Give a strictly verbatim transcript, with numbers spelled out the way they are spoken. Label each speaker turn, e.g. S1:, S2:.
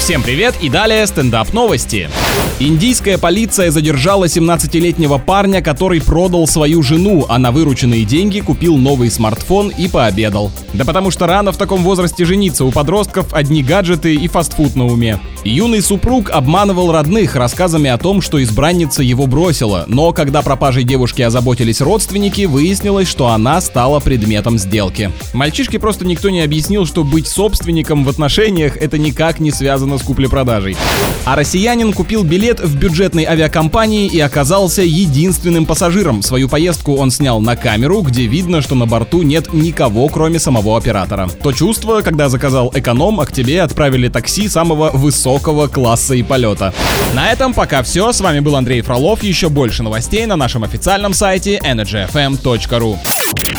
S1: Всем привет и далее стендап новости. Индийская полиция задержала семнадцатилетнего парня, который продал свою жену, а на вырученные деньги купил новый смартфон и пообедал. Да потому что рано в таком возрасте жениться, у подростков одни гаджеты и фастфуд на уме. Юный супруг обманывал родных рассказами о том, что избранница его бросила, но когда пропажей девушки озаботились родственники, выяснилось, что она стала предметом сделки. Мальчишке просто никто не объяснил, что быть собственником в отношениях это никак не связано с куплей-продажей. А россиянин купил билет в бюджетной авиакомпании и оказался единственным пассажиром. Свою поездку он снял на камеру, где видно, что на борту нет никого, кроме самого оператора. То чувство, когда заказал эконом, а к тебе отправили такси самого высокого класса и полета. На этом пока все. С вами был Андрей Фролов. Еще больше новостей на нашем официальном сайте энерджи эф эм точка ру.